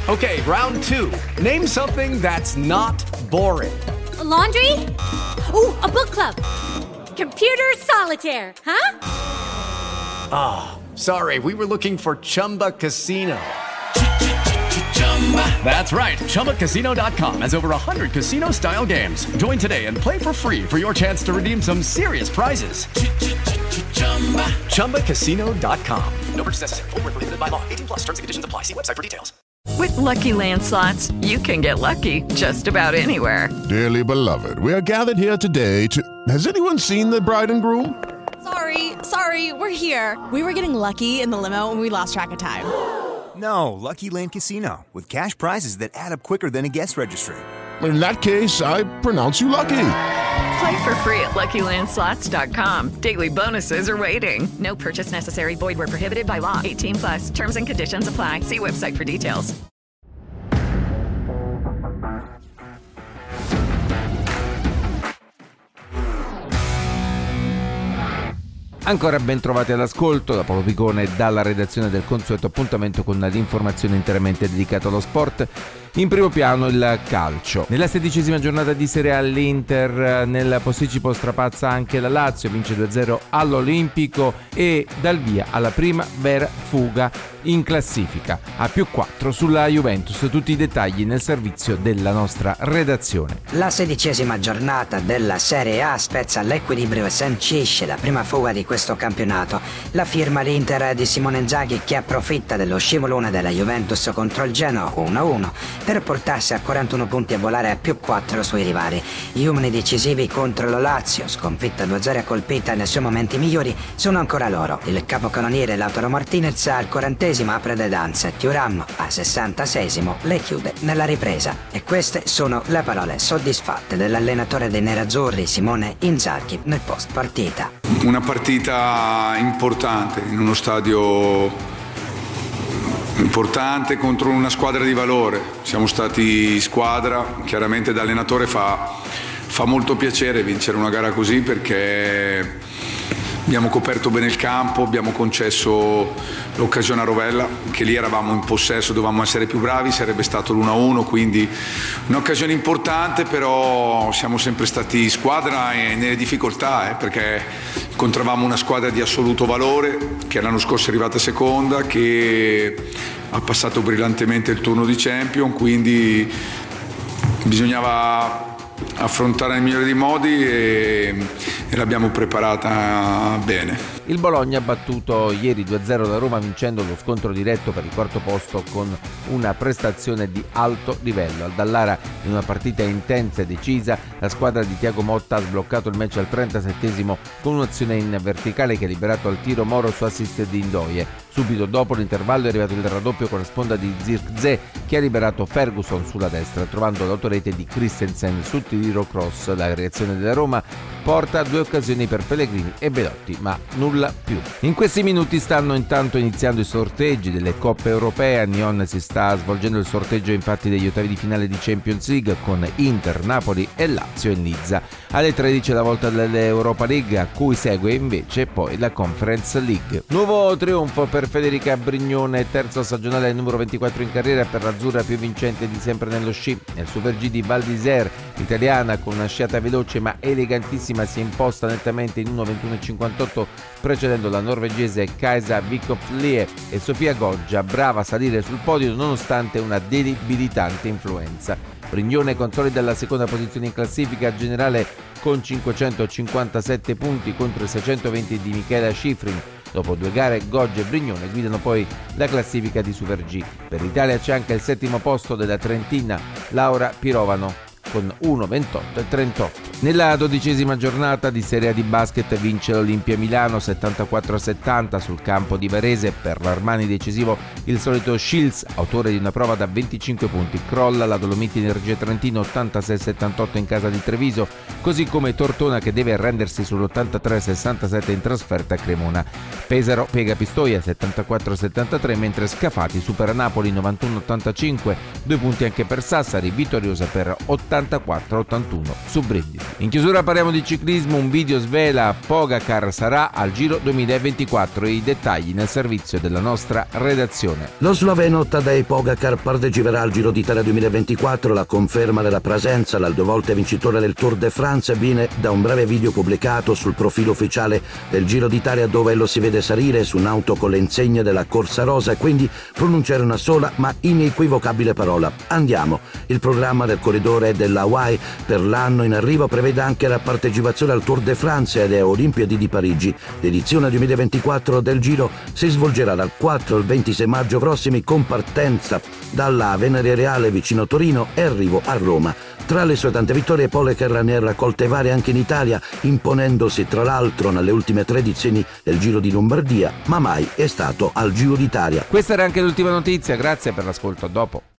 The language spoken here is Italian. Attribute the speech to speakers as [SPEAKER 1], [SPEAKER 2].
[SPEAKER 1] Okay, round 2. Name something that's not boring.
[SPEAKER 2] A laundry? Ooh, a book club. Computer solitaire, huh?
[SPEAKER 1] Ah, sorry, we were looking for Chumba Casino. That's right, ChumbaCasino.com has over 100 casino-style games. Join today and play for free for your chance to redeem some serious prizes. ChumbaCasino.com. No purchase necessary. Void where prohibited by law. 18+ terms and conditions apply. See website for details.
[SPEAKER 3] With Lucky Land Slots, you can get lucky just about anywhere.
[SPEAKER 4] Dearly beloved, we are gathered here today to... Has anyone seen the bride and groom?
[SPEAKER 5] Sorry, we're here. We were getting lucky in the limo and we lost track of time.
[SPEAKER 6] No, Lucky Land Casino, with cash prizes that add up quicker than a guest registry.
[SPEAKER 4] In that case, I pronounce you lucky.
[SPEAKER 3] Play for free at LuckyLandSlots.com. Daily bonuses are waiting. No purchase necessary. Void where prohibited by law. 18+. Terms and conditions apply. See website for details.
[SPEAKER 7] Ancora ben trovati all'ascolto da Paolo Picone dalla redazione del consueto appuntamento con l'informazione interamente dedicata allo sport. In primo piano il calcio. Nella 16ª giornata di Serie A l'Inter nel posticipo strapazza anche la Lazio, vince 2-0 all'Olimpico e dal via alla prima vera fuga in classifica a +4 sulla Juventus. Tutti i dettagli nel servizio della nostra redazione.
[SPEAKER 8] La 16ª giornata della Serie A spezza l'equilibrio e sancisce la prima fuga di questo campionato. La firma l'Inter di Simone Inzaghi, che approfitta dello scivolone della Juventus contro il Genoa 1-1 per portarsi a 41 punti e volare a +4 sui rivali. Gli umani decisivi contro la Lazio, sconfitta 2-0 colpita nei suoi momenti migliori, sono ancora loro. Il capocannoniere Lautaro Martinez al 40° apre le danze, Thuram al 66° le chiude nella ripresa. E queste sono le parole soddisfatte dell'allenatore dei nerazzurri Simone Inzaghi nel post partita.
[SPEAKER 9] Una partita importante in uno stadio importante contro una squadra di valore. Siamo stati squadra, chiaramente da allenatore fa molto piacere vincere una gara così, perché abbiamo coperto bene il campo, abbiamo concesso l'occasione a Rovella, che lì eravamo in possesso, dovevamo essere più bravi, sarebbe stato l'1-1, quindi un'occasione importante, però siamo sempre stati squadra e nelle difficoltà, perché incontravamo una squadra di assoluto valore, che l'anno scorso è arrivata seconda, che ha passato brillantemente il turno di Champion, quindi bisognava affrontare nel migliore dei modi e l'abbiamo preparata bene.
[SPEAKER 7] Il Bologna ha battuto ieri 2-0 la Roma, vincendo lo scontro diretto per il quarto posto con una prestazione di alto livello. Al Dallara, in una partita intensa e decisa, la squadra di Thiago Motta ha sbloccato il match al 37° con un'azione in verticale che ha liberato al tiro Moro su assist di Ndoye. Subito dopo l'intervallo è arrivato il raddoppio con la sponda di Zirkzee, che ha liberato Ferguson sulla destra, trovando l'autorete di Christensen sul tiro cross. La reazione della Roma porta a 2 occasioni per Pellegrini e Belotti, ma nulla più. In questi minuti stanno intanto iniziando i sorteggi delle coppe europee. A Nyon si sta svolgendo il sorteggio infatti degli ottavi di finale di Champions League, con Inter, Napoli e Lazio in Lizza. Alle 13 la volta dell'Europa League, a cui segue invece poi la Conference League. Nuovo trionfo per Federica Brignone, terzo stagionale numero 24 in carriera per l'azzurra più vincente di sempre nello sci. Nel Super G di Val d'Isère, l'italiana con una sciata veloce ma elegantissima si è imposta nettamente in 1:21:58, precedendo la norvegese Kajsa Wickhoff-Lie e Sofia Goggia, brava a salire sul podio nonostante una debilitante influenza. Brignone consolida la seconda posizione in classifica generale con 557 punti contro i 620 di Michaela Schifrin. Dopo 2 gare, Goggia e Brignone guidano poi la classifica di Super G. Per l'Italia c'è anche il 7° posto della trentina Laura Pirovano con 1:28:38. Nella 12ª giornata di Serie A di basket vince l'Olimpia Milano 74-70 sul campo di Varese. Per l'Armani decisivo il solito Shields, autore di una prova da 25 punti, crolla la Dolomiti Energia Trentino 86-78 in casa di Treviso, così come Tortona che deve arrendersi sull'83-67 in trasferta a Cremona. Pesaro piega Pistoia 74-73, mentre Scafati supera Napoli 91-85, 2 punti anche per Sassari, vittoriosa per 84-81 su Brindisi. In chiusura parliamo di ciclismo, un video svela Pogacar sarà al Giro 2024, i dettagli nel servizio della nostra redazione.
[SPEAKER 10] Lo sloveno Tadej Pogacar parteciperà al Giro d'Italia 2024, la conferma della presenza dal 2 volte vincitore del Tour de France viene da un breve video pubblicato sul profilo ufficiale del Giro d'Italia dove lo si vede salire su un'auto con le insegne della Corsa Rosa e quindi pronunciare una sola ma inequivocabile parola: andiamo. Il programma del corridore della Hawaii per l'anno in arrivo prevede anche la partecipazione al Tour de France e alle Olimpiadi di Parigi. L'edizione 2024 del Giro si svolgerà dal 4 al 26 maggio prossimi con partenza dalla Venere Reale vicino Torino e arrivo a Roma. Tra le sue tante vittorie, Pogacar ne ha raccolte varie anche in Italia, imponendosi tra l'altro nelle ultime 3 edizioni del Giro di Lombardia, ma mai è stato al Giro d'Italia.
[SPEAKER 7] Questa era anche l'ultima notizia, grazie per l'ascolto, a dopo.